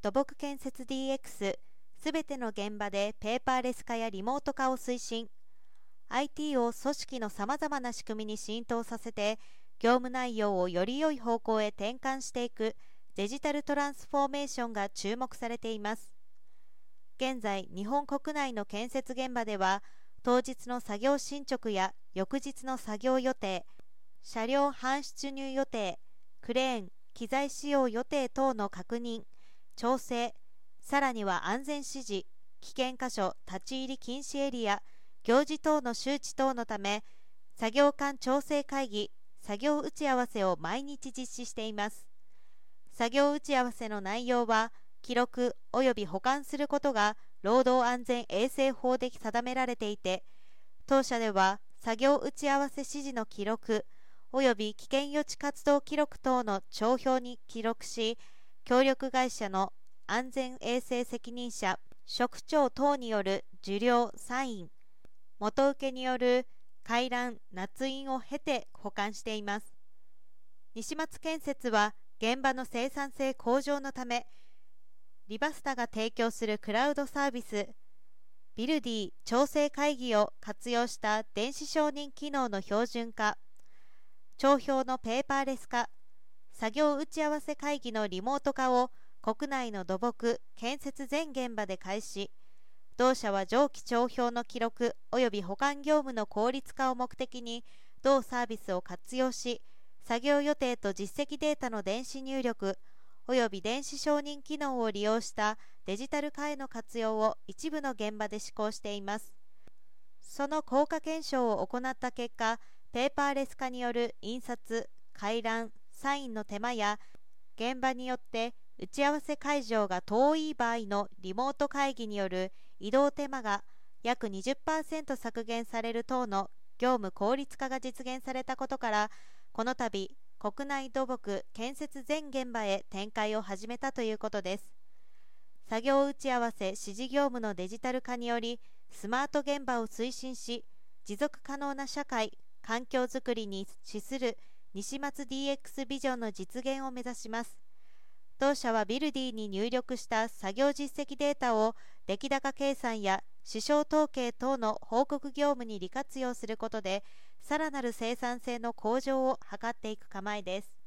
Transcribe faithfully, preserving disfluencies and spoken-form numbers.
土木建設 ディーエックス すべての現場でペーパーレス化やリモート化を推進。 アイティー を組織のさまざまな仕組みに浸透させて業務内容をより良い方向へ転換していくデジタルトランスフォーメーションが注目されています。現在、日本国内の建設現場では当日の作業進捗や翌日の作業予定、車両搬出入予定、クレーン、機材使用予定等の確認、調整、さらには安全指示、危険箇所、立ち入り禁止エリア、行事等の周知等のため、作業間調整会議、作業打ち合わせを毎日実施しています。作業打ち合わせの内容は、記録及び保管することが労働安全衛生法で定められていて、当社では作業打ち合わせ指示の記録及び危険予知活動記録等の帳票に記録し、協力会社の安全衛生責任者、職長等による受領・サイン、元請けによる回覧・捺印を経て保管しています。西松建設は現場の生産性向上のため、リバスタが提供するクラウドサービス、ビルディ調整会議を活用した電子承認機能の標準化、帳票のペーパーレス化、作業打ち合わせ会議のリモート化を国内の土木・建設全現場で開始。同社は上記帳票の記録及び保管業務の効率化を目的に同サービスを活用し、作業予定と実績データの電子入力及び電子承認機能を利用したデジタル化への活用を一部の現場で施行しています。その効果検証を行った結果、ペーパーレス化による印刷、回覧、サインの手間や、現場によって打ち合わせ会場が遠い場合のリモート会議による移動手間が約 にじゅっパーセント 削減される等の業務効率化が実現されたことから、この度、国内土木・建設全現場へ展開を始めたということです。作業打ち合わせ指示業務のデジタル化により、スマート現場を推進し、持続可能な社会・環境づくりに資する西松 ディーエックス ビジョンの実現を目指します。当社はビルディに入力した作業実績データを出来高計算や支障統計等の報告業務に利活用することで、さらなる生産性の向上を図っていく構えです。